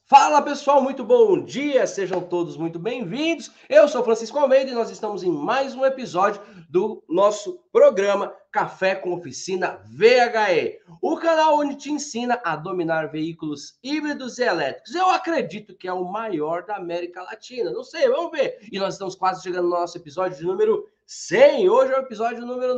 Fala pessoal, muito bom dia, sejam todos muito bem-vindos. Eu sou Francisco Almeida e nós estamos em mais um episódio do nosso programa Café com Oficina VHE, o canal onde te ensina a dominar veículos híbridos e elétricos. Eu acredito que é o maior da América Latina, não sei, vamos ver. E nós estamos quase chegando no nosso episódio de número 100, hoje é o episódio número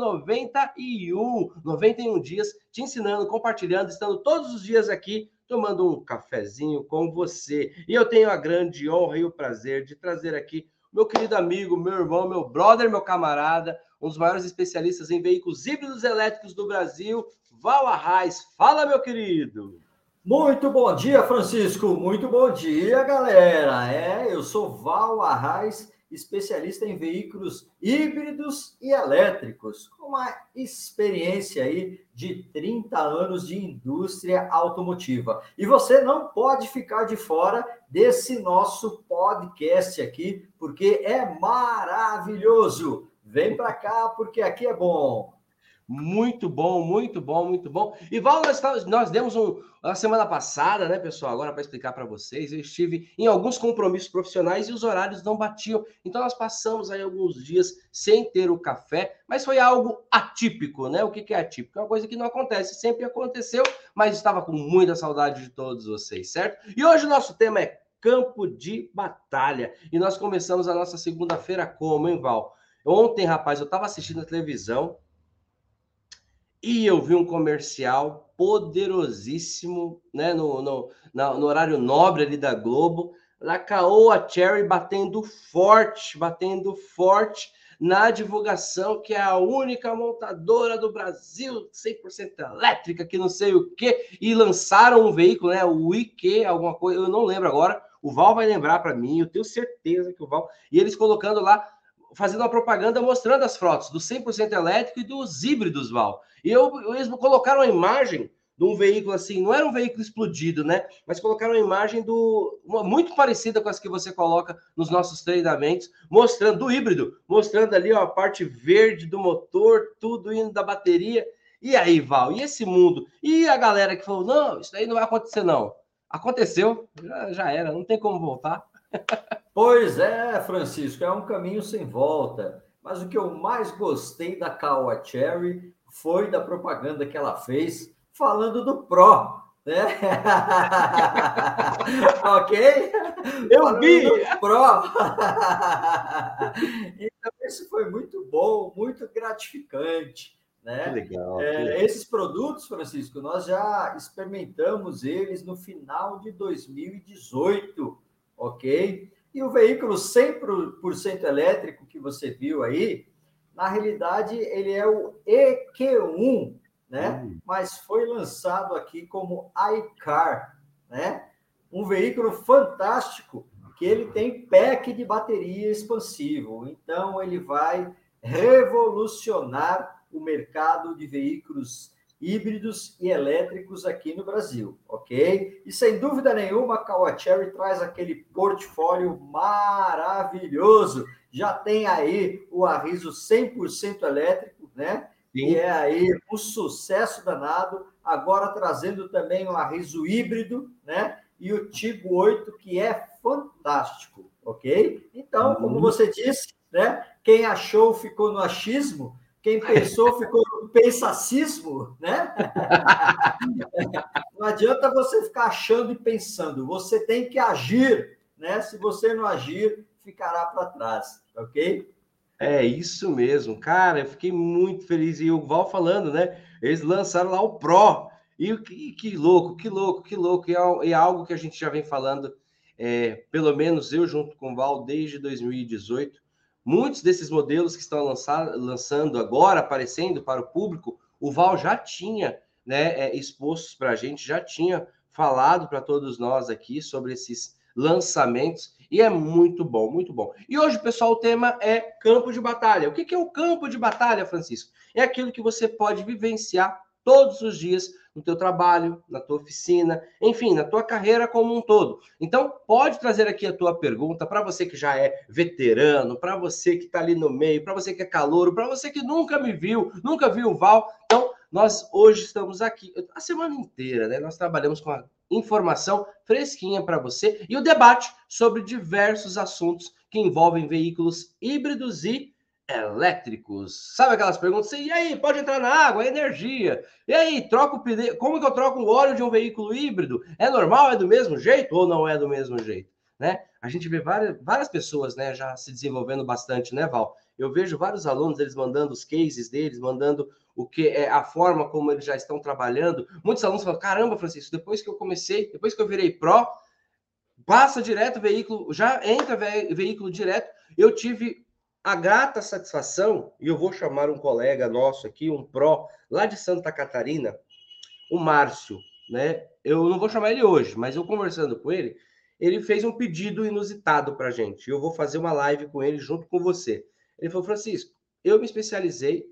91 dias te ensinando, compartilhando, estando todos os dias aqui tomando um cafezinho com você. E eu tenho a grande honra e o prazer de trazer aqui meu querido amigo, meu irmão, meu brother, meu camarada, um dos maiores especialistas em veículos híbridos elétricos do Brasil, Val Arraes. Fala, meu querido! Muito bom dia, Francisco. Muito bom dia, galera. Eu sou Val Arraes, especialista em veículos híbridos e elétricos, com uma experiência aí de 30 anos de indústria automotiva. E você não pode ficar de fora desse nosso podcast aqui, porque é maravilhoso. Vem para cá, porque aqui é bom. Muito bom, muito bom, muito bom. E Val, nós demos a semana passada, né, pessoal? Agora para explicar para vocês, eu estive em alguns compromissos profissionais e os horários não batiam. Então nós passamos aí alguns dias sem ter o café, mas foi algo atípico, né? O que é atípico? É uma coisa que não acontece, sempre aconteceu, mas estava com muita saudade de todos vocês, certo? E hoje o nosso tema é campo de batalha. E nós começamos a nossa segunda-feira como, hein, Val? Ontem, rapaz, eu estava assistindo a televisão e eu vi um comercial poderosíssimo, né, no horário nobre ali da Globo, na Caoa Cherry batendo forte na divulgação que é a única montadora do Brasil 100% elétrica, que não sei o quê, e lançaram um veículo, né, o IQ, alguma coisa, eu não lembro agora, o Val vai lembrar para mim, eu tenho certeza que o Val, e eles colocando lá, fazendo uma propaganda mostrando as frotas do 100% elétrico e dos híbridos, Val. E eles colocaram a imagem de um veículo assim, não era um veículo explodido, né? Mas colocaram a imagem muito parecida com as que você coloca nos nossos treinamentos, mostrando do híbrido, mostrando ali ó, a parte verde do motor, tudo indo da bateria. E aí, Val, e esse mundo? E a galera que falou, não, isso aí não vai acontecer, não. Aconteceu, já era, não tem como voltar. Pois é, Francisco, é um caminho sem volta. Mas o que eu mais gostei da Caoa Cherry foi da propaganda que ela fez falando do Pro, né? Ok? Eu Falando vi! do Pro. Então, isso foi muito bom, muito gratificante, Que né? legal, que legal. Esses produtos, Francisco, nós já experimentamos eles no final de 2018, ok? E o veículo 100% elétrico que você viu aí, na realidade, ele é o EQ1, né? Mas foi lançado aqui como iCar, né? Um veículo fantástico que ele tem pack de bateria expansivo. Então, ele vai revolucionar o mercado de veículos híbridos e elétricos aqui no Brasil, ok? E sem dúvida nenhuma, a Caoa Cherry traz aquele portfólio maravilhoso. Já tem aí o Arriso 100% elétrico, né? Sim. Que é aí um sucesso danado. Agora trazendo também o Arriso híbrido, né? E o Tigo 8, que é fantástico, ok? Então, como você disse, né? Quem achou ficou no achismo, quem pensou ficou no pensacismo, né? Não adianta você ficar achando e pensando, você tem que agir, né? Se você não agir, ficará para trás, ok? É isso mesmo, cara. Eu fiquei muito feliz. E o Val falando, né? Eles lançaram lá o Pro. E que louco, que louco, que louco. E é algo que a gente já vem falando, pelo menos eu junto com o Val, desde 2018. Muitos desses modelos que estão lançando agora, aparecendo para o público, o Val já tinha, né, expostos para a gente, já tinha falado para todos nós aqui sobre esses lançamentos. E é muito bom, muito bom. E hoje, pessoal, o tema é campo de batalha. O que é o campo de batalha, Francisco? É aquilo que você pode vivenciar todos os dias no teu trabalho, na tua oficina, enfim, na tua carreira como um todo. Então, pode trazer aqui a tua pergunta para você que já é veterano, para você que está ali no meio, para você que é calouro, para você que nunca me viu, nunca viu o Val. Então, nós hoje estamos aqui, a semana inteira, né? Nós trabalhamos com a informação fresquinha para você e o debate sobre diversos assuntos que envolvem veículos híbridos e elétricos. Sabe aquelas perguntas assim, e aí, pode entrar na água, energia? E aí, troca o pneu, como que eu troco o óleo de um veículo híbrido? É normal, é do mesmo jeito ou não é do mesmo jeito? Né? A gente vê várias pessoas, né, já se desenvolvendo bastante, né, Val? Eu vejo vários alunos, eles mandando os cases deles, mandando o que é a forma como eles já estão trabalhando. Muitos alunos falam, caramba, Francisco, depois que eu comecei, depois que eu virei pró, passa direto o veículo, já entra veículo direto. Eu tive a grata satisfação, e eu vou chamar um colega nosso aqui, um pró, lá de Santa Catarina, o Márcio, né? Eu não vou chamar ele hoje, mas eu conversando com ele, ele fez um pedido inusitado para a gente. Eu vou fazer uma live com ele junto com você. Ele falou, Francisco, eu me especializei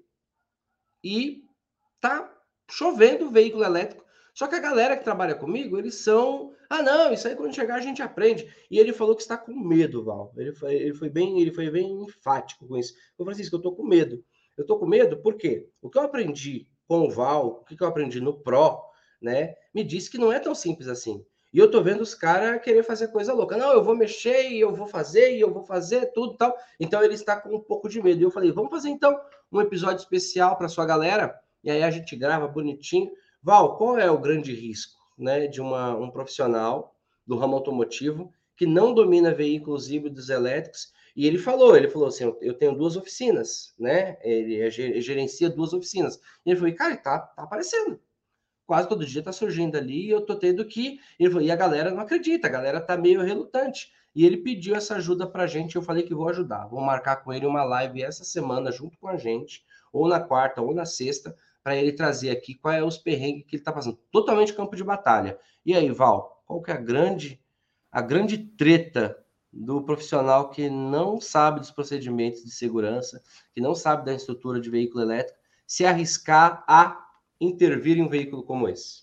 e tá chovendo veículo elétrico. Só que a galera que trabalha comigo, eles são. Ah, não, isso aí quando chegar a gente aprende. E ele falou que está com medo, Val. Ele foi bem enfático com isso. Eu falei, Francisco, eu tô com medo. Eu tô com medo porque o que eu aprendi com o Val, o que eu aprendi no Pro, né, me disse que não é tão simples assim. E eu tô vendo os caras querer fazer coisa louca. Não, eu vou mexer e eu vou fazer e eu vou fazer tudo tal. Então ele está com um pouco de medo. E eu falei, vamos fazer então um episódio especial para sua galera. E aí a gente grava bonitinho. Val, qual é o grande risco, né, de um profissional do ramo automotivo que não domina veículos híbridos elétricos? E ele falou assim, eu tenho 2 oficinas, né? Ele gerencia 2 oficinas. E ele falou, cara, tá aparecendo. Quase todo dia tá surgindo ali e eu tô tendo que... Ele falou, e a galera não acredita, a galera tá meio relutante. E ele pediu essa ajuda pra gente, eu falei que vou ajudar. Vou marcar com ele uma live essa semana junto com a gente, ou na quarta ou na sexta, para ele trazer aqui qual é os perrengues que ele está passando. Totalmente campo de batalha. E aí, Val, qual que é a grande treta do profissional que não sabe dos procedimentos de segurança, que não sabe da estrutura de veículo elétrico, se arriscar a intervir em um veículo como esse?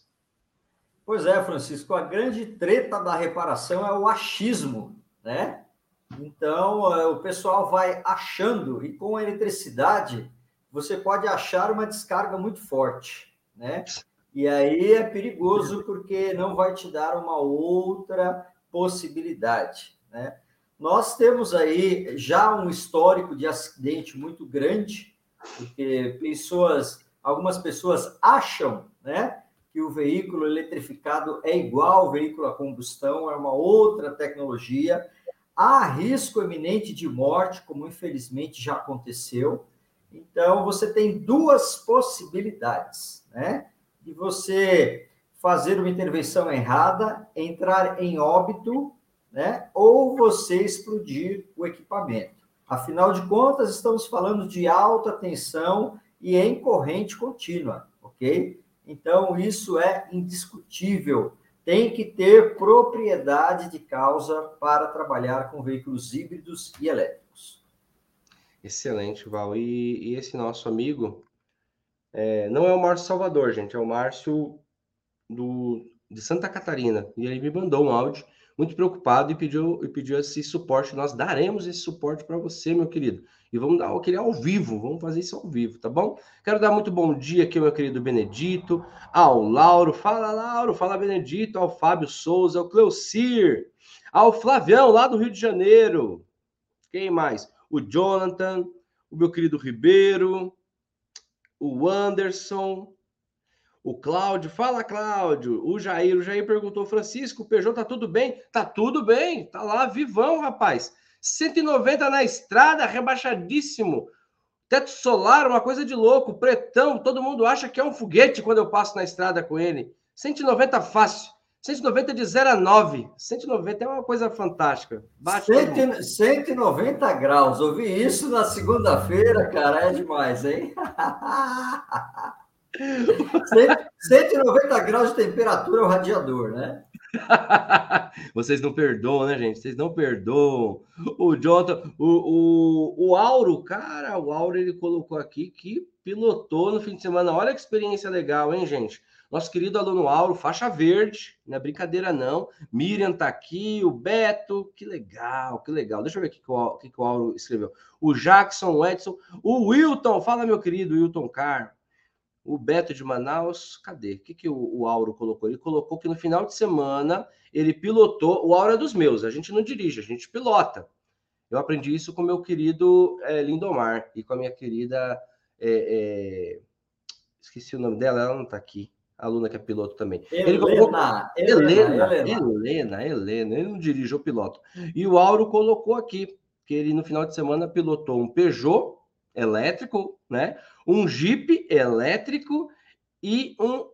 Pois é, Francisco, a grande treta da reparação é o achismo, né? Então, o pessoal vai achando, e com a eletricidade, você pode achar uma descarga muito forte, né? E aí é perigoso porque não vai te dar uma outra possibilidade, né? Nós temos aí já um histórico de acidente muito grande, porque algumas pessoas acham, né, que o veículo eletrificado é igual ao veículo a combustão, é uma outra tecnologia. Há risco eminente de morte, como infelizmente já aconteceu. Então, você tem 2 possibilidades, né? De você fazer uma intervenção errada, entrar em óbito, né? Ou você explodir o equipamento. Afinal de contas, estamos falando de alta tensão e em corrente contínua, ok? Então, isso é indiscutível. Tem que ter propriedade de causa para trabalhar com veículos híbridos e elétricos. Excelente, Val. E esse nosso amigo não é o Márcio Salvador, gente, é o Márcio de Santa Catarina. E ele me mandou um áudio muito preocupado e pediu esse suporte. Nós daremos esse suporte para você, meu querido. E vamos dar aquele ao vivo, vamos fazer isso ao vivo, tá bom? Quero dar muito bom dia aqui ao meu querido Benedito, ao Lauro, fala Benedito, ao Fábio Souza, ao Cleucir, ao Flavião, lá do Rio de Janeiro. Quem mais? O Jonathan, o meu querido Ribeiro, o Anderson, o Cláudio, fala Cláudio, o Jair perguntou, Francisco, o Peugeot tá tudo bem? Tá tudo bem, tá lá vivão, rapaz. 190 na estrada, rebaixadíssimo. Teto solar, uma coisa de louco, pretão, todo mundo acha que é um foguete quando eu passo na estrada com ele. 190 fácil. 190 de 0 a 9. 190 é uma coisa fantástica. 190 graus. Ouvi isso na segunda-feira, cara. É demais, hein? 190 graus de temperatura é o radiador, né? Vocês não perdoam, né, gente? Vocês não perdoam. O Jonathan, o Auro, cara, o Auro ele colocou aqui que pilotou no fim de semana. Olha que experiência legal, hein, gente? Nosso querido aluno Auro, faixa verde, não é brincadeira não. Miriam tá aqui, o Beto, que legal, que legal. Deixa eu ver o que o Auro escreveu. O Jackson, o Edson, o Wilton, fala meu querido Wilton Carr. O Beto de Manaus, cadê? O que o Auro colocou? Ele colocou que no final de semana ele pilotou. O Auro é dos meus, a gente não dirige, a gente pilota. Eu aprendi isso com meu querido Lindomar e com a minha querida. Esqueci o nome dela, ela não está aqui. A aluna que é piloto também. Ele colocou. Helena. Ele não dirige o piloto. E o Auro colocou aqui que ele no final de semana pilotou um Peugeot elétrico, né? Um Jeep elétrico e um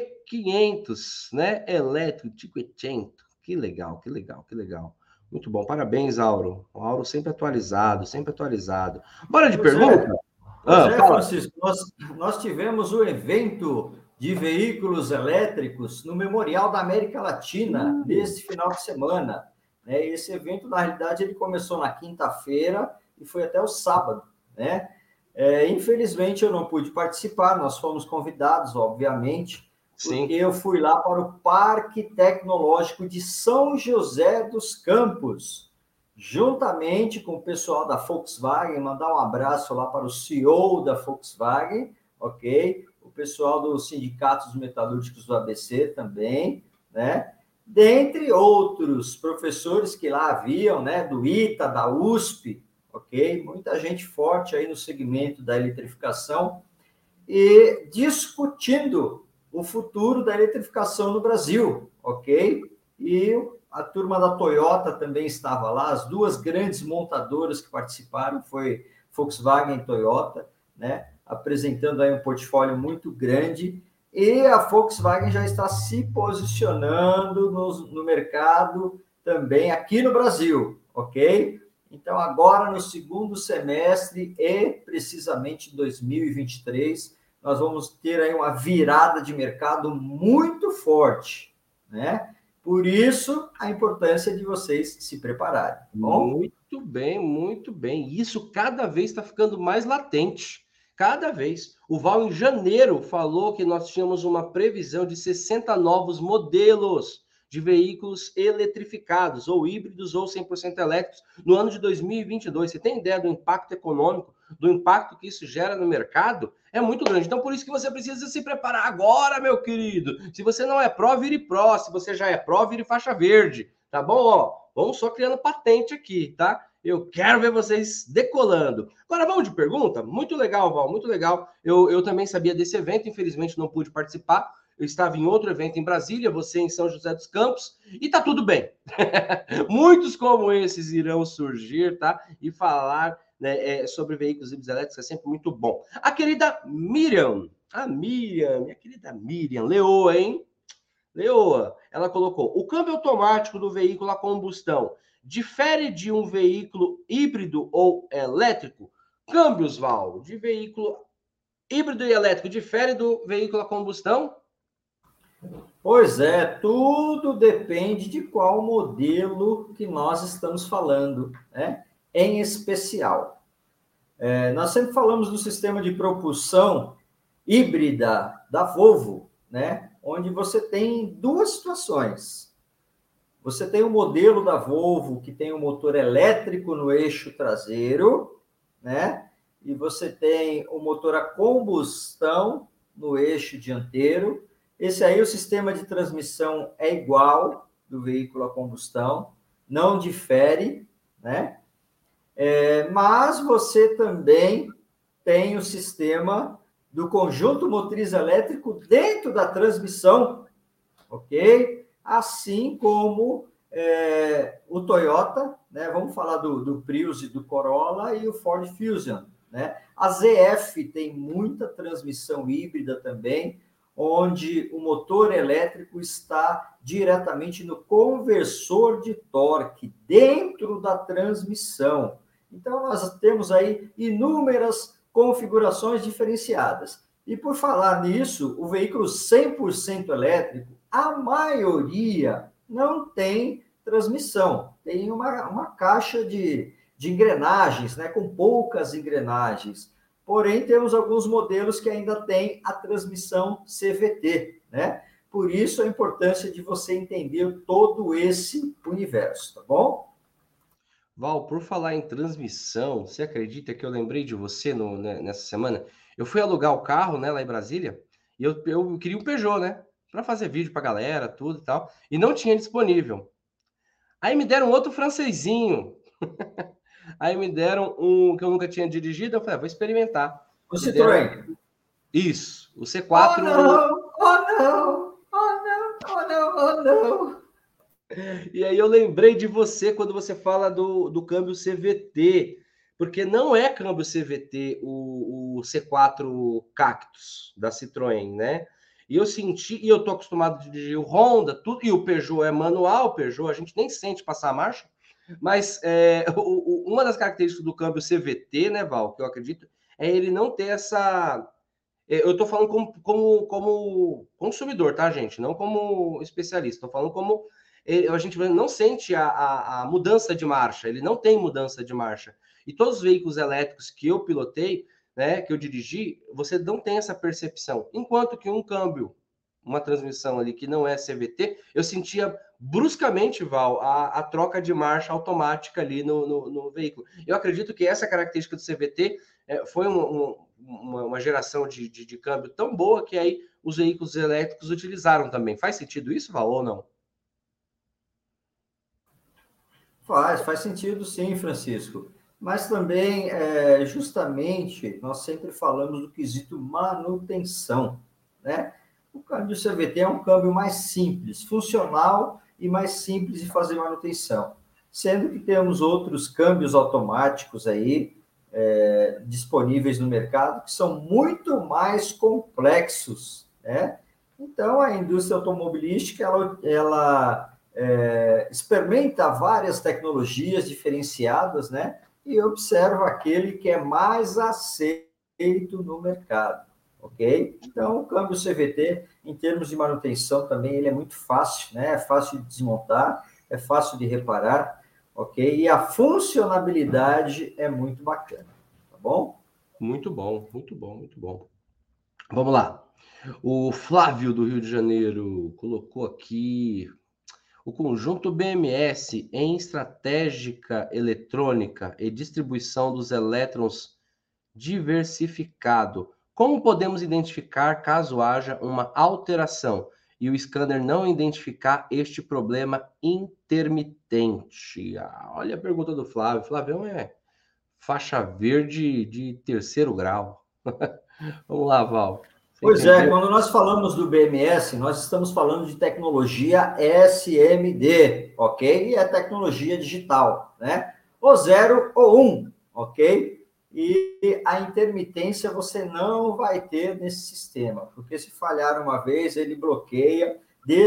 E500, né? Elétrico, 500. Que legal, que legal, que legal. Muito bom, parabéns, Auro. O Auro sempre atualizado, sempre atualizado. Bora de pergunta? Francisco, nós tivemos o evento de veículos elétricos no Memorial da América Latina neste final de semana. Esse evento, na realidade, ele começou na quinta-feira e foi até o sábado, né? Infelizmente, eu não pude participar, nós fomos convidados, obviamente, porque eu fui lá para o Parque Tecnológico de São José dos Campos, juntamente com o pessoal da Volkswagen, mandar um abraço lá para o CEO da Volkswagen, ok? O pessoal dos sindicatos metalúrgicos do ABC também, né? Dentre outros professores que lá haviam, né? Do ITA, da USP, ok? Muita gente forte aí no segmento da eletrificação e discutindo o futuro da eletrificação no Brasil, ok? E a turma da Toyota também estava lá, as duas grandes montadoras que participaram foi Volkswagen e Toyota, né? Apresentando aí um portfólio muito grande, e a Volkswagen já está se posicionando no mercado também aqui no Brasil, ok? Então, agora no segundo semestre e precisamente em 2023, nós vamos ter aí uma virada de mercado muito forte, né? Por isso, a importância de vocês se prepararem. Bom? Muito bem, muito bem. Isso cada vez está ficando mais latente. Cada vez. O Val, em janeiro, falou que nós tínhamos uma previsão de 60 novos modelos de veículos eletrificados, ou híbridos, ou 100% elétricos, no ano de 2022. Você tem ideia do impacto econômico, do impacto que isso gera no mercado? É muito grande. Então, por isso que você precisa se preparar agora, meu querido. Se você não é pró, vire pró. Se você já é pró, vire faixa verde. Tá bom? Ó, vamos só criando patente aqui, tá? Eu quero ver vocês decolando. Agora vamos de pergunta? Muito legal, Val, muito legal. Eu também sabia desse evento, infelizmente não pude participar. Eu estava em outro evento em Brasília, você em São José dos Campos, e tá tudo bem. Muitos como esses irão surgir, tá? E falar, né, sobre veículos híbridos elétricos é sempre muito bom. A querida Miriam, minha querida Miriam, Leoa, hein? Leoa, ela colocou: o câmbio automático do veículo a combustão difere de um veículo híbrido ou elétrico? Câmbios, Val, de veículo híbrido e elétrico difere do veículo a combustão? Pois é, tudo depende de qual modelo que nós estamos falando, né? Em especial. Nós sempre falamos do sistema de propulsão híbrida da Volvo, né? Onde você tem duas situações. Você tem um modelo da Volvo que tem um motor elétrico no eixo traseiro, né? E você tem o motor a combustão no eixo dianteiro. Esse aí, o sistema de transmissão é igual do veículo a combustão, não difere, né? Mas você também tem o sistema do conjunto motriz elétrico dentro da transmissão, ok? Assim como o Toyota, né? Vamos falar do Prius e do Corolla e o Ford Fusion, né? A ZF tem muita transmissão híbrida também, onde o motor elétrico está diretamente no conversor de torque, dentro da transmissão. Então, nós temos aí inúmeras configurações diferenciadas. E por falar nisso, o veículo 100% elétrico, a maioria não tem transmissão, tem uma caixa de engrenagens, né, com poucas engrenagens. Porém, temos alguns modelos que ainda têm a transmissão CVT, né? Por isso, a importância de você entender todo esse universo, tá bom? Val, por falar em transmissão, você acredita que eu lembrei de você nessa semana? Eu fui alugar o carro, né, lá em Brasília, E eu queria um Peugeot, né? Para fazer vídeo para galera, tudo e tal. E não tinha disponível. Aí me deram outro francesinho. Aí me deram um que eu nunca tinha dirigido. Eu falei, vou experimentar. O Me deram Citroën. isso, o Oh, C4. não! Oh, não! Oh, não! Oh, não! Oh, não! E aí eu lembrei de você quando você fala do câmbio CVT, porque não é câmbio CVT o C4 Cactus da Citroën, né? E eu senti, e eu tô acostumado a dirigir o Honda, tudo, e o Peugeot é manual, o Peugeot a gente nem sente passar a marcha, mas uma das características do câmbio CVT, né, Val, que eu acredito, é ele não ter essa. Eu estou falando como consumidor, tá, gente? Não como especialista. Estou falando como a gente não sente a mudança de marcha. Ele não tem mudança de marcha. E todos os veículos elétricos que eu pilotei, né, que eu dirigi, você não tem essa percepção. Enquanto que um câmbio, uma transmissão ali que não é CVT, eu sentia bruscamente, Val, a troca de marcha automática ali no veículo. Eu acredito que essa característica do CVT foi uma geração de câmbio tão boa que aí os veículos elétricos utilizaram também. Faz sentido isso, Val, ou não? Faz sentido sim, Francisco. Mas também, justamente, nós sempre falamos do quesito manutenção, né? O câmbio CVT é um câmbio mais simples, funcional e mais simples de fazer manutenção. Sendo que temos outros câmbios automáticos aí, disponíveis no mercado, que são muito mais complexos, né? Então, a indústria automobilística, ela experimenta várias tecnologias diferenciadas, né? E observa aquele que é mais aceito no mercado, ok? Então, o câmbio CVT, em termos de manutenção também, ele é muito fácil, né? É fácil de desmontar, é fácil de reparar, ok? E a funcionabilidade é muito bacana, tá bom? Muito bom, muito bom, muito bom. Vamos lá. O Flávio do Rio de Janeiro colocou aqui o conjunto BMS em estratégica eletrônica e distribuição dos elétrons diversificado. Como podemos identificar caso haja uma alteração e o scanner não identificar este problema intermitente? Olha a pergunta do Flávio. Flávio é faixa verde de terceiro grau. Vamos lá, Val. Você Pois é, entendeu? quando nós falamos do BMS, nós estamos falando de tecnologia SMD, ok? E é tecnologia digital, né? Ou 0 ou 1, ok? E a intermitência você não vai ter nesse sistema, porque se falhar uma vez, ele bloqueia,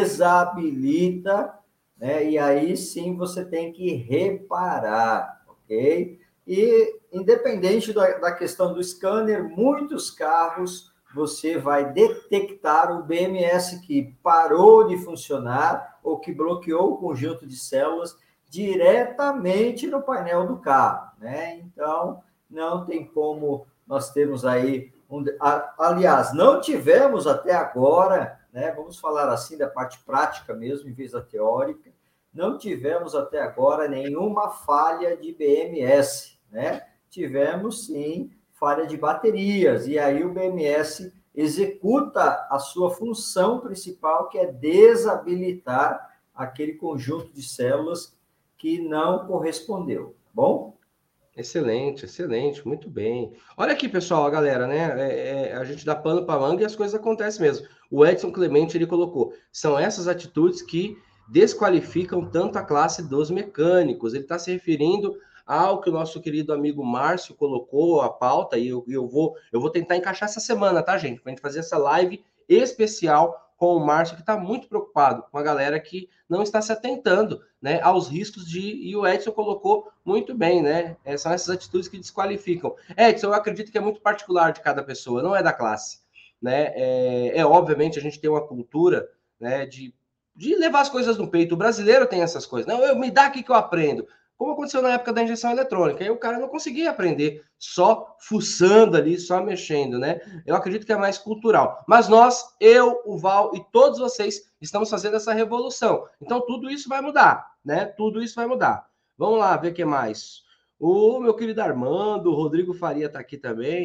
desabilita, né? E aí sim você tem que reparar, ok? E independente da questão do scanner, muitos carros você vai detectar o BMS que parou de funcionar ou que bloqueou o conjunto de células diretamente no painel do carro, né? Então, não tem como nós termos aí, aliás, não tivemos até agora, né? Vamos falar assim da parte prática mesmo, em vez da teórica, não tivemos até agora nenhuma falha de BMS, né? Tivemos sim falha de baterias, e aí o BMS executa a sua função principal, que é desabilitar aquele conjunto de células que não correspondeu, tá bom? Excelente, excelente, muito bem. Olha aqui, pessoal, a galera, né? A gente dá pano para manga e as coisas acontecem mesmo. O Edson Clemente ele colocou: são essas atitudes que desqualificam tanto a classe dos mecânicos. Ele está se referindo ao que o nosso querido amigo Márcio colocou a pauta, e eu vou tentar encaixar essa semana, tá, gente? Para a gente fazer essa live especial com o Márcio, que está muito preocupado com a galera que não está se atentando, né, aos riscos e o Edson colocou muito bem, né? São essas atitudes que desqualificam. Edson, eu acredito que é muito particular de cada pessoa, não é da classe, né? Obviamente a gente tem uma cultura, né, de levar as coisas no peito. O brasileiro tem essas coisas. Não, me dá aqui que eu aprendo. Como aconteceu na época da injeção eletrônica. Aí o cara não conseguia aprender só fuçando ali, só mexendo, né? Eu acredito que é mais cultural. Mas nós, eu, o Val e todos vocês estamos fazendo essa revolução. Então tudo isso vai mudar, né? Tudo isso vai mudar. Vamos lá ver o que mais. O meu querido Armando, o Rodrigo Faria está aqui também.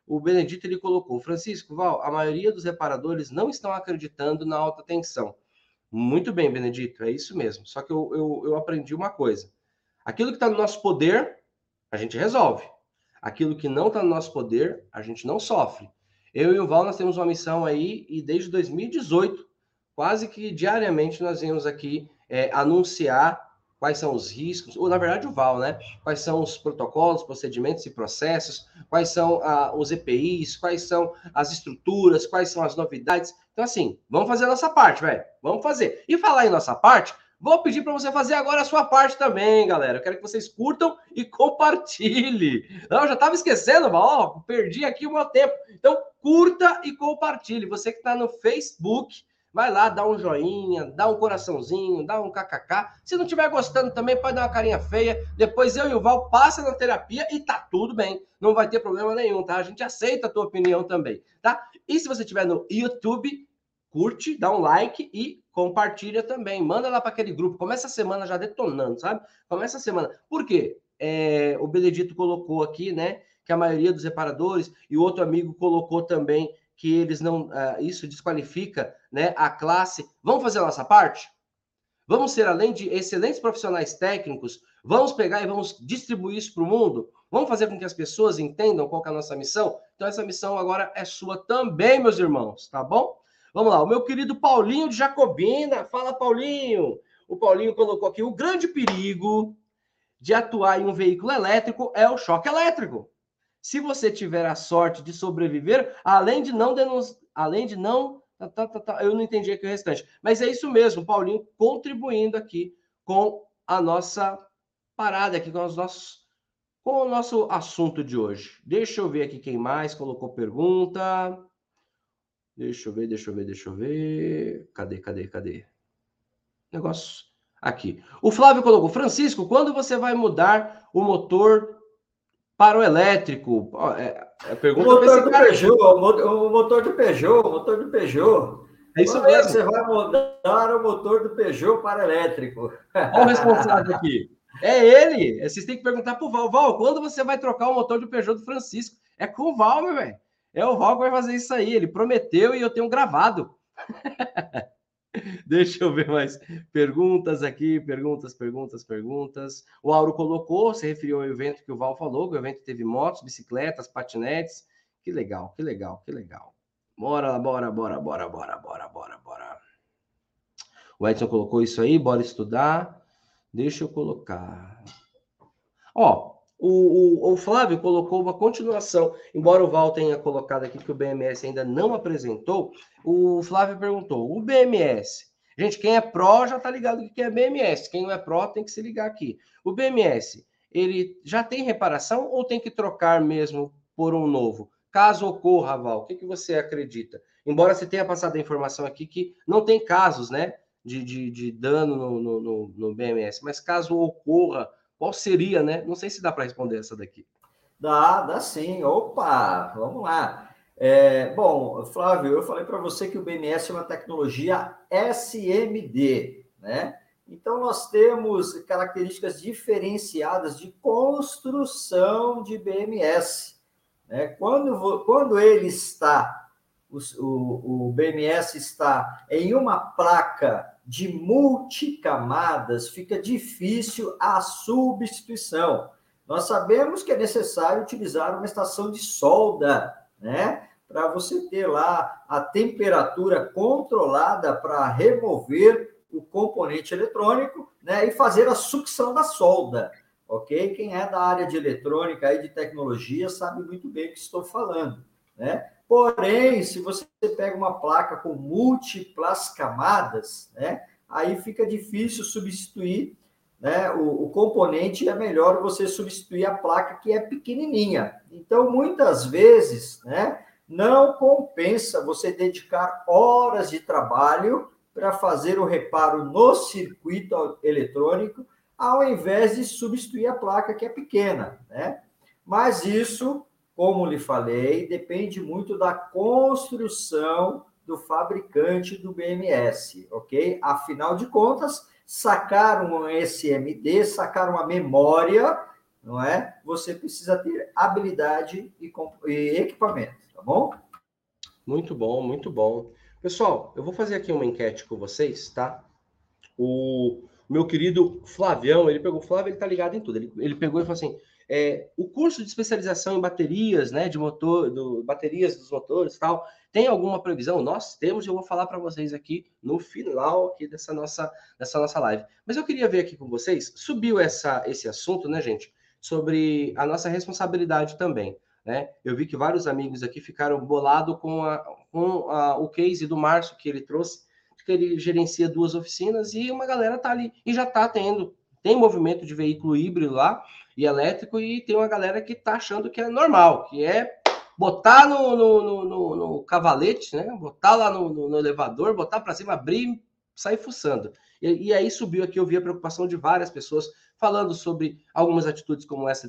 o Benedito ele colocou, Francisco, Val, a maioria dos reparadores não estão acreditando na alta tensão. Muito bem, Benedito, é isso mesmo. Só que eu aprendi uma coisa. Aquilo que está no nosso poder, a gente resolve. Aquilo que não está no nosso poder, a gente não sofre. Eu e o Val, nós temos uma missão aí, e desde 2018, quase que diariamente, nós vemos aqui anunciar quais são os riscos, ou na verdade o Val, né? Quais são os protocolos, procedimentos e processos, quais são os EPIs, quais são as estruturas, quais são as novidades. Então, assim, vamos fazer a nossa parte, velho. Vamos fazer. E falar em nossa parte, vou pedir para você fazer agora a sua parte também, galera. Eu quero que vocês curtam e compartilhem. Não, eu já estava esquecendo, ó, perdi aqui o meu tempo. Então, curta e compartilhe. Você que está no Facebook, vai lá, dá um joinha, dá um coraçãozinho, dá um kkk. Se não estiver gostando também, pode dar uma carinha feia. Depois eu e o Val passa na terapia e tá tudo bem. Não vai ter problema nenhum, tá? A gente aceita a tua opinião também, tá? E se você estiver no YouTube, curte, dá um like e compartilha também. Manda lá para aquele grupo. Começa a semana já detonando, sabe? Começa a semana. Por quê? O Benedito colocou aqui, né? Que a maioria dos reparadores, e o outro amigo colocou também que eles não. Isso desqualifica, né, a classe. Vamos fazer a nossa parte? Vamos ser, além de excelentes profissionais técnicos, vamos pegar e vamos distribuir isso para o mundo? Vamos fazer com que as pessoas entendam qual que é a nossa missão? Então, essa missão agora é sua também, meus irmãos, tá bom? Vamos lá, o meu querido Paulinho de Jacobina. Fala, Paulinho! O Paulinho colocou aqui, o grande perigo de atuar em um veículo elétrico é o choque elétrico. Se você tiver a sorte de sobreviver, além de não denunciar, além de não... eu não entendi aqui o restante. Mas é isso mesmo, Paulinho contribuindo aqui com a nossa parada, aqui com o nosso assunto de hoje. Deixa eu ver aqui quem mais colocou pergunta. Deixa eu ver. Cadê? Negócio aqui. O Flávio colocou, Francisco, quando você vai mudar o motor para o elétrico? Pergunta o motor do Peugeot, o motor do Peugeot. É isso Quando mesmo. É que você vai mudar o motor do Peugeot para elétrico? Olha o responsável aqui. É ele. Vocês têm que perguntar para o Val. Val, quando você vai trocar o motor do Peugeot do Francisco? É com o Val, meu velho. É o Val que vai fazer isso aí. Ele prometeu e eu tenho gravado. Deixa eu ver mais perguntas aqui, perguntas. O Auro colocou, se referiu ao evento que o Val falou, que o evento teve motos, bicicletas, patinetes. Que legal. Bora. O Edson colocou isso aí, bora estudar. Deixa eu colocar. O Flávio colocou uma continuação, embora o Val tenha colocado aqui que o BMS ainda não apresentou, o Flávio perguntou, o BMS, gente, quem é pró já tá ligado o que é BMS, quem não é pró tem que se ligar aqui. O BMS, ele já tem reparação ou tem que trocar mesmo por um novo? Caso ocorra, Val, o que você acredita? Embora você tenha passado a informação aqui que não tem casos, né, de dano no BMS, mas caso ocorra, qual seria, né? Não sei se dá para responder essa daqui. Dá sim. Opa, vamos lá. Bom, Flávio, eu falei para você que o BMS é uma tecnologia SMD, né? Então, nós temos características diferenciadas de construção de BMS. Né? Quando ele está, o BMS está em uma placa de multicamadas, fica difícil a substituição. Nós sabemos que é necessário utilizar uma estação de solda, né? Para você ter lá a temperatura controlada para remover o componente eletrônico, né? E fazer a sucção da solda, ok? Quem é da área de eletrônica e de tecnologia sabe muito bem o que estou falando, né? Porém, se você pega uma placa com múltiplas camadas, né, aí fica difícil substituir, né, o componente, é melhor você substituir a placa que é pequenininha. Então, muitas vezes, né, não compensa você dedicar horas de trabalho para fazer o reparo no circuito eletrônico, ao invés de substituir a placa que é pequena, né? Mas isso, como lhe falei, depende muito da construção do fabricante do BMS, ok? Afinal de contas, sacar um SMD, sacar uma memória, não é? Você precisa ter habilidade e equipamento, tá bom? Muito bom, muito bom. Pessoal, eu vou fazer aqui uma enquete com vocês, tá? O meu querido Flavião, ele pegou, o Flávio, ele tá ligado em tudo. Ele pegou e falou assim: o curso de especialização em baterias, né, de motor, baterias dos motores e tal, tem alguma previsão? Nós temos, e eu vou falar para vocês aqui no final aqui dessa nossa live. Mas eu queria ver aqui com vocês, subiu esse assunto, né, gente, sobre a nossa responsabilidade também. Né? Eu vi que vários amigos aqui ficaram bolados com o case do Márcio que ele trouxe, que ele gerencia 2 oficinas e uma galera tá ali e já tá tem movimento de veículo híbrido lá e elétrico, e tem uma galera que tá achando que é normal, que é botar no cavalete, né? Botar lá no elevador, botar para cima, abrir, sair fuçando. E aí subiu aqui, eu vi a preocupação de várias pessoas falando sobre algumas atitudes como essa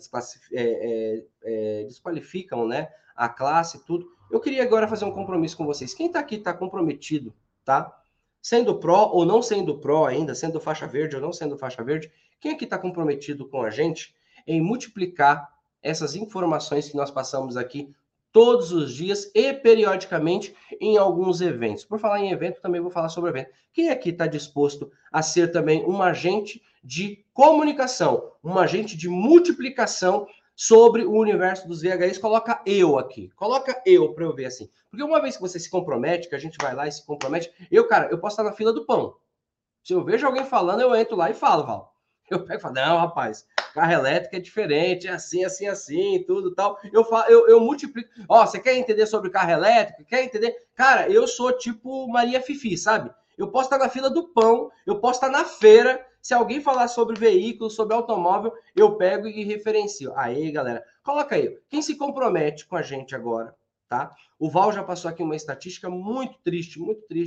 desqualificam, né, a classe e tudo. Eu queria agora fazer um compromisso com vocês. Quem está aqui está comprometido, tá? Sendo pró ou não sendo pró ainda, sendo faixa verde ou não sendo faixa verde, quem aqui está comprometido com a gente em multiplicar essas informações que nós passamos aqui todos os dias e periodicamente em alguns eventos? Por falar em evento, também vou falar sobre evento. Quem aqui está disposto a ser também um agente de comunicação, um agente de multiplicação sobre o universo dos VHS? Coloca eu aqui. Coloca eu para eu ver assim. Porque uma vez que você se compromete, que a gente vai lá e se compromete, cara, eu posso estar na fila do pão. Se eu vejo alguém falando, eu entro lá e falo, Val. Eu pego e falo, não, rapaz, carro elétrico é diferente, é assim, assim, assim, tudo tal. Eu multiplico. Ó, você quer entender sobre carro elétrico? Quer entender? Cara, eu sou tipo Maria Fifi, sabe? Eu posso estar na fila do pão, eu posso estar na feira. Se alguém falar sobre veículo, sobre automóvel, eu pego e referencio. Aí, galera, coloca aí. Quem se compromete com a gente agora, tá? O Val já passou aqui uma estatística muito triste,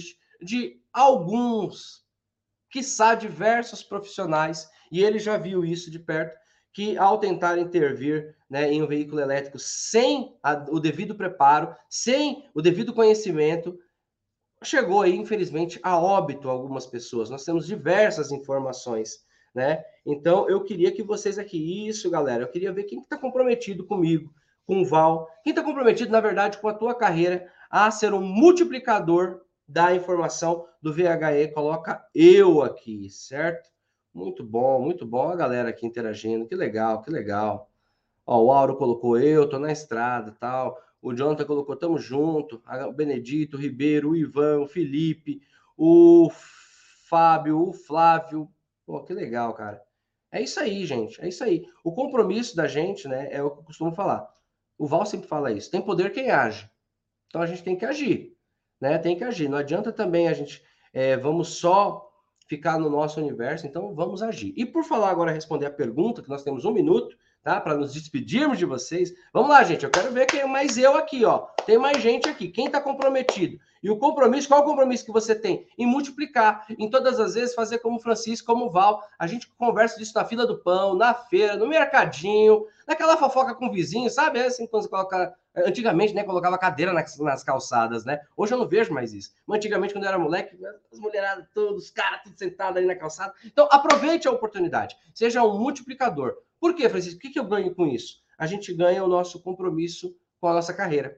de alguns, quiçá diversos profissionais, e ele já viu isso de perto, que ao tentar intervir, né, em um veículo elétrico sem o devido preparo, sem o devido conhecimento, chegou aí, infelizmente, a óbito algumas pessoas. Nós temos diversas informações, né? Então, eu queria que vocês aqui, isso, galera, eu queria ver quem está comprometido comigo, com o Val, quem está comprometido, na verdade, com a tua carreira, a ser um multiplicador da informação do VHE. Coloca eu aqui, certo? Muito bom a galera aqui interagindo, que legal, que legal. Ó, o Auro colocou eu, tô na estrada, tal. O Jonathan colocou tamo junto. O Benedito, o Ribeiro, o Ivan, o Felipe, o Fábio, o Flávio. Pô, que legal, cara. É isso aí, gente. É isso aí. O compromisso da gente, né, é o que eu costumo falar. O Val sempre fala isso. Tem poder quem age. Então a gente tem que agir, né? Tem que agir. Não adianta também a gente vamos só ficar no nosso universo, então vamos agir. E por falar agora, responder a pergunta, que nós temos 1 minuto, tá? Para nos despedirmos de vocês. Vamos lá, gente. Eu quero ver quem é mais eu aqui, ó. Tem mais gente aqui. Quem está comprometido? E o compromisso, qual é o compromisso que você tem? Em multiplicar, em todas as vezes fazer como o Francisco, como o Val. A gente conversa disso na fila do pão, na feira, no mercadinho, naquela fofoca com o vizinho, sabe? É assim, quando você coloca. Antigamente, né, colocava cadeira nas calçadas, né? Hoje eu não vejo mais isso. Mas antigamente, quando eu era moleque, as mulheradas todos, os caras tudo sentados ali na calçada. Então, aproveite a oportunidade. Seja um multiplicador. Por quê, Francisco? O que eu ganho com isso? A gente ganha o nosso compromisso com a nossa carreira,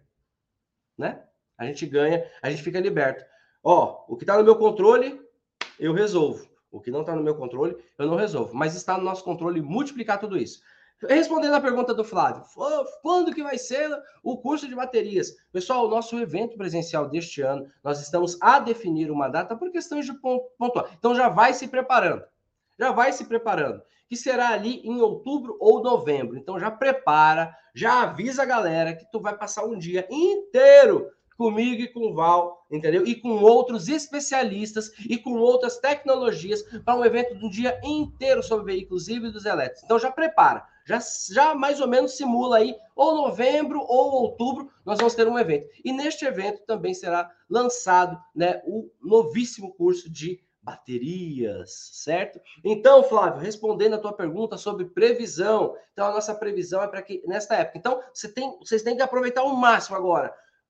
né? A gente ganha, a gente fica liberto. Ó, o que está no meu controle, eu resolvo. O que não está no meu controle, eu não resolvo. Mas está no nosso controle multiplicar tudo isso. Respondendo a pergunta do Flávio, quando que vai ser o curso de baterias? Pessoal, o nosso evento presencial deste ano, nós estamos a definir uma data por questões de pontual. Então já vai se preparando. Já vai se preparando. Que será ali em outubro ou novembro. Então já prepara, já avisa a galera que tu vai passar um dia inteiro comigo e com o Val, entendeu? E com outros especialistas e com outras tecnologias para um evento de um dia inteiro sobre veículos híbridos elétricos. Então já prepara, já mais ou menos simula aí, ou novembro ou outubro, nós vamos ter um evento. E neste evento também será lançado, né, o novíssimo curso de baterias, certo? Então, Flávio, respondendo a tua pergunta sobre previsão, então a nossa previsão é para que nesta época. Então, vocês têm que aproveitar o máximo agora.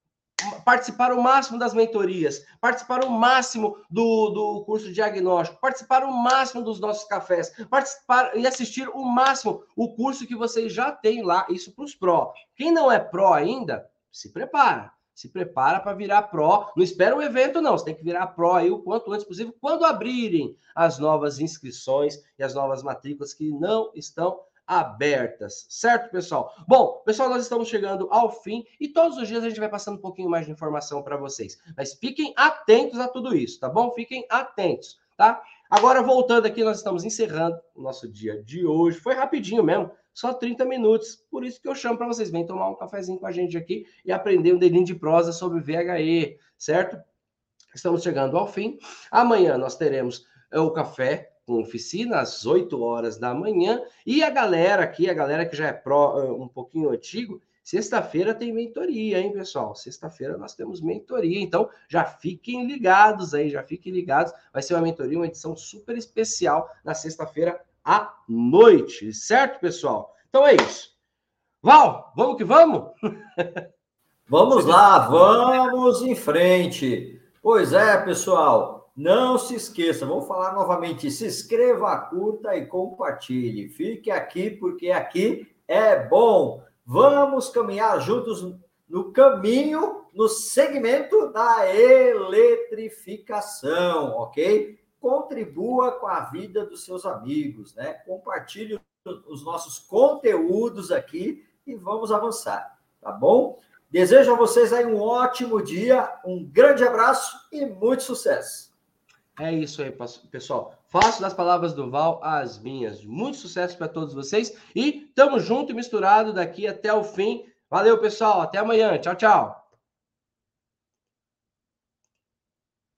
participar o máximo das mentorias, participar o máximo do curso de diagnóstico, participar o máximo dos nossos cafés, participar e assistir o máximo o curso que vocês já têm lá, isso para os pró. Quem não é pró ainda, se prepara. Se prepara para virar pró. Não espera o evento, não. Você tem que virar pró aí o quanto antes possível, quando abrirem as novas inscrições e as novas matrículas que não estão abertas, certo, pessoal? Bom, pessoal, nós estamos chegando ao fim e todos os dias a gente vai passando um pouquinho mais de informação para vocês. Mas fiquem atentos a tudo isso, tá bom? Fiquem atentos, tá? Agora, voltando aqui, nós estamos encerrando o nosso dia de hoje. Foi rapidinho mesmo, só 30 minutos. Por isso que eu chamo para vocês. Vem tomar um cafezinho com a gente aqui e aprender um dedinho de prosa sobre VHE, certo? Estamos chegando ao fim. Amanhã nós teremos o café com oficina às 8 horas da manhã. E a galera aqui, a galera que já é um pouquinho antigo, sexta-feira tem mentoria, hein, pessoal? Sexta-feira nós temos mentoria, então já fiquem ligados aí, já fiquem ligados. Vai ser uma mentoria, uma edição super especial na sexta-feira à noite, certo, pessoal? Então é isso. Val, vamos que vamos? Vamos lá, vamos em frente. Pois é, pessoal, não se esqueça, vou falar novamente, se inscreva, curta e compartilhe. Fique aqui, porque aqui é bom. Vamos caminhar juntos no caminho, no segmento da eletrificação, ok? Contribua com a vida dos seus amigos, né? Compartilhe os nossos conteúdos aqui e vamos avançar, tá bom? Desejo a vocês aí um ótimo dia, um grande abraço e muito sucesso. É isso aí, pessoal. Faço das palavras do Val as minhas. Muito sucesso para todos vocês e tamo junto e misturado daqui até o fim. Valeu, pessoal. Até amanhã. Tchau, tchau.